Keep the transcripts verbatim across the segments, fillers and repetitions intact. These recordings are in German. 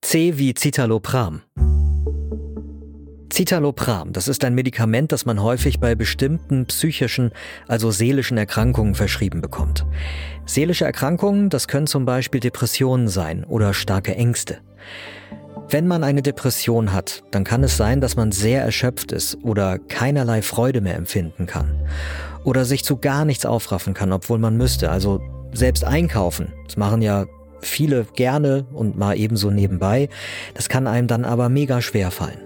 C wie Citalopram. Citalopram, das ist ein Medikament, das man häufig bei bestimmten psychischen, also seelischen Erkrankungen verschrieben bekommt. Seelische Erkrankungen, das können zum Beispiel Depressionen sein oder starke Ängste. Wenn man eine Depression hat, dann kann es sein, dass man sehr erschöpft ist oder keinerlei Freude mehr empfinden kann. Oder sich zu gar nichts aufraffen kann, obwohl man müsste. Also selbst einkaufen, das machen ja viele gerne und mal ebenso nebenbei, das kann einem dann aber mega schwer fallen.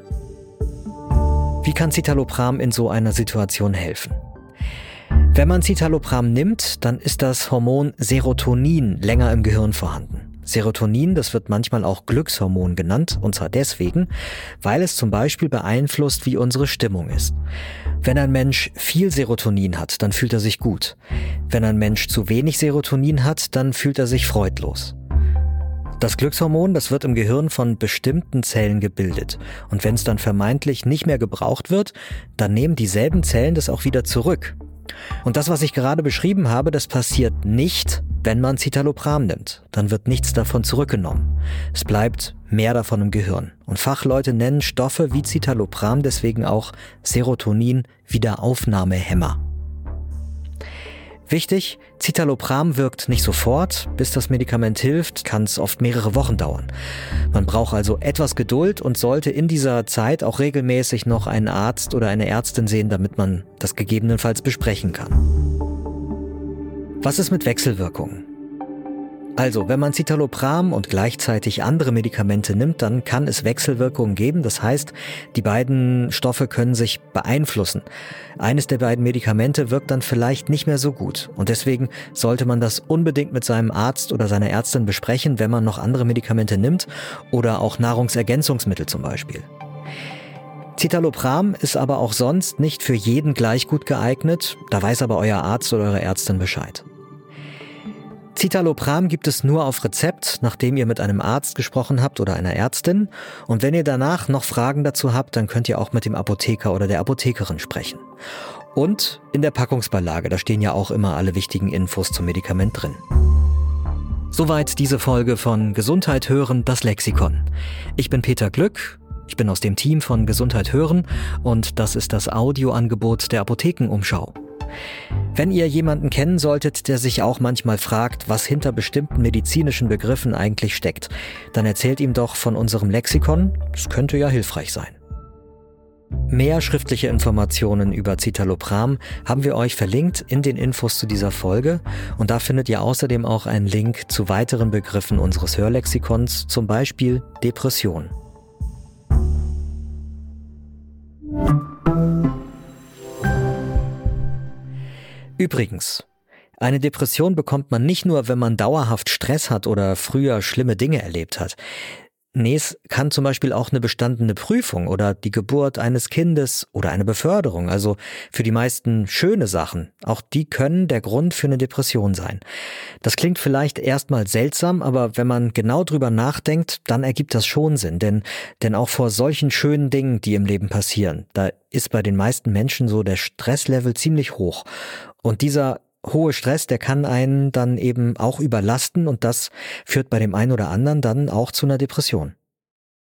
Wie kann Citalopram in so einer Situation helfen? Wenn man Citalopram nimmt, dann ist das Hormon Serotonin länger im Gehirn vorhanden. Serotonin, das wird manchmal auch Glückshormon genannt, und zwar deswegen, weil es zum Beispiel beeinflusst, wie unsere Stimmung ist. Wenn ein Mensch viel Serotonin hat, dann fühlt er sich gut. Wenn ein Mensch zu wenig Serotonin hat, dann fühlt er sich freudlos. Das Glückshormon, das wird im Gehirn von bestimmten Zellen gebildet. Und wenn es dann vermeintlich nicht mehr gebraucht wird, dann nehmen dieselben Zellen das auch wieder zurück. Und das, was ich gerade beschrieben habe, das passiert nicht, wenn man Citalopram nimmt. Dann wird nichts davon zurückgenommen. Es bleibt mehr davon im Gehirn. Und Fachleute nennen Stoffe wie Citalopram deswegen auch Serotonin-Wiederaufnahmehämmer. Wichtig, Citalopram wirkt nicht sofort. Bis das Medikament hilft, kann es oft mehrere Wochen dauern. Man braucht also etwas Geduld und sollte in dieser Zeit auch regelmäßig noch einen Arzt oder eine Ärztin sehen, damit man das gegebenenfalls besprechen kann. Was ist mit Wechselwirkungen? Also, wenn man Citalopram und gleichzeitig andere Medikamente nimmt, dann kann es Wechselwirkungen geben. Das heißt, die beiden Stoffe können sich beeinflussen. Eines der beiden Medikamente wirkt dann vielleicht nicht mehr so gut. Und deswegen sollte man das unbedingt mit seinem Arzt oder seiner Ärztin besprechen, wenn man noch andere Medikamente nimmt oder auch Nahrungsergänzungsmittel zum Beispiel. Citalopram ist aber auch sonst nicht für jeden gleich gut geeignet. Da weiß aber euer Arzt oder eure Ärztin Bescheid. Citalopram gibt es nur auf Rezept, nachdem ihr mit einem Arzt gesprochen habt oder einer Ärztin. Und wenn ihr danach noch Fragen dazu habt, dann könnt ihr auch mit dem Apotheker oder der Apothekerin sprechen. Und in der Packungsbeilage, da stehen ja auch immer alle wichtigen Infos zum Medikament drin. Soweit diese Folge von Gesundheit hören, das Lexikon. Ich bin Peter Glück. Ich bin aus dem Team von Gesundheit hören und das ist das Audioangebot der Apothekenumschau. Wenn ihr jemanden kennen solltet, der sich auch manchmal fragt, was hinter bestimmten medizinischen Begriffen eigentlich steckt, dann erzählt ihm doch von unserem Lexikon. Das könnte ja hilfreich sein. Mehr schriftliche Informationen über Citalopram haben wir euch verlinkt in den Infos zu dieser Folge und da findet ihr außerdem auch einen Link zu weiteren Begriffen unseres Hörlexikons, zum Beispiel Depression. Übrigens, eine Depression bekommt man nicht nur, wenn man dauerhaft Stress hat oder früher schlimme Dinge erlebt hat. Nee, es kann zum Beispiel auch eine bestandene Prüfung oder die Geburt eines Kindes oder eine Beförderung, also für die meisten schöne Sachen, auch die können der Grund für eine Depression sein. Das klingt vielleicht erstmal seltsam, aber wenn man genau drüber nachdenkt, dann ergibt das schon Sinn, denn, denn auch vor solchen schönen Dingen, die im Leben passieren, da ist bei den meisten Menschen so der Stresslevel ziemlich hoch. Und dieser hohe Stress, der kann einen dann eben auch überlasten und das führt bei dem einen oder anderen dann auch zu einer Depression.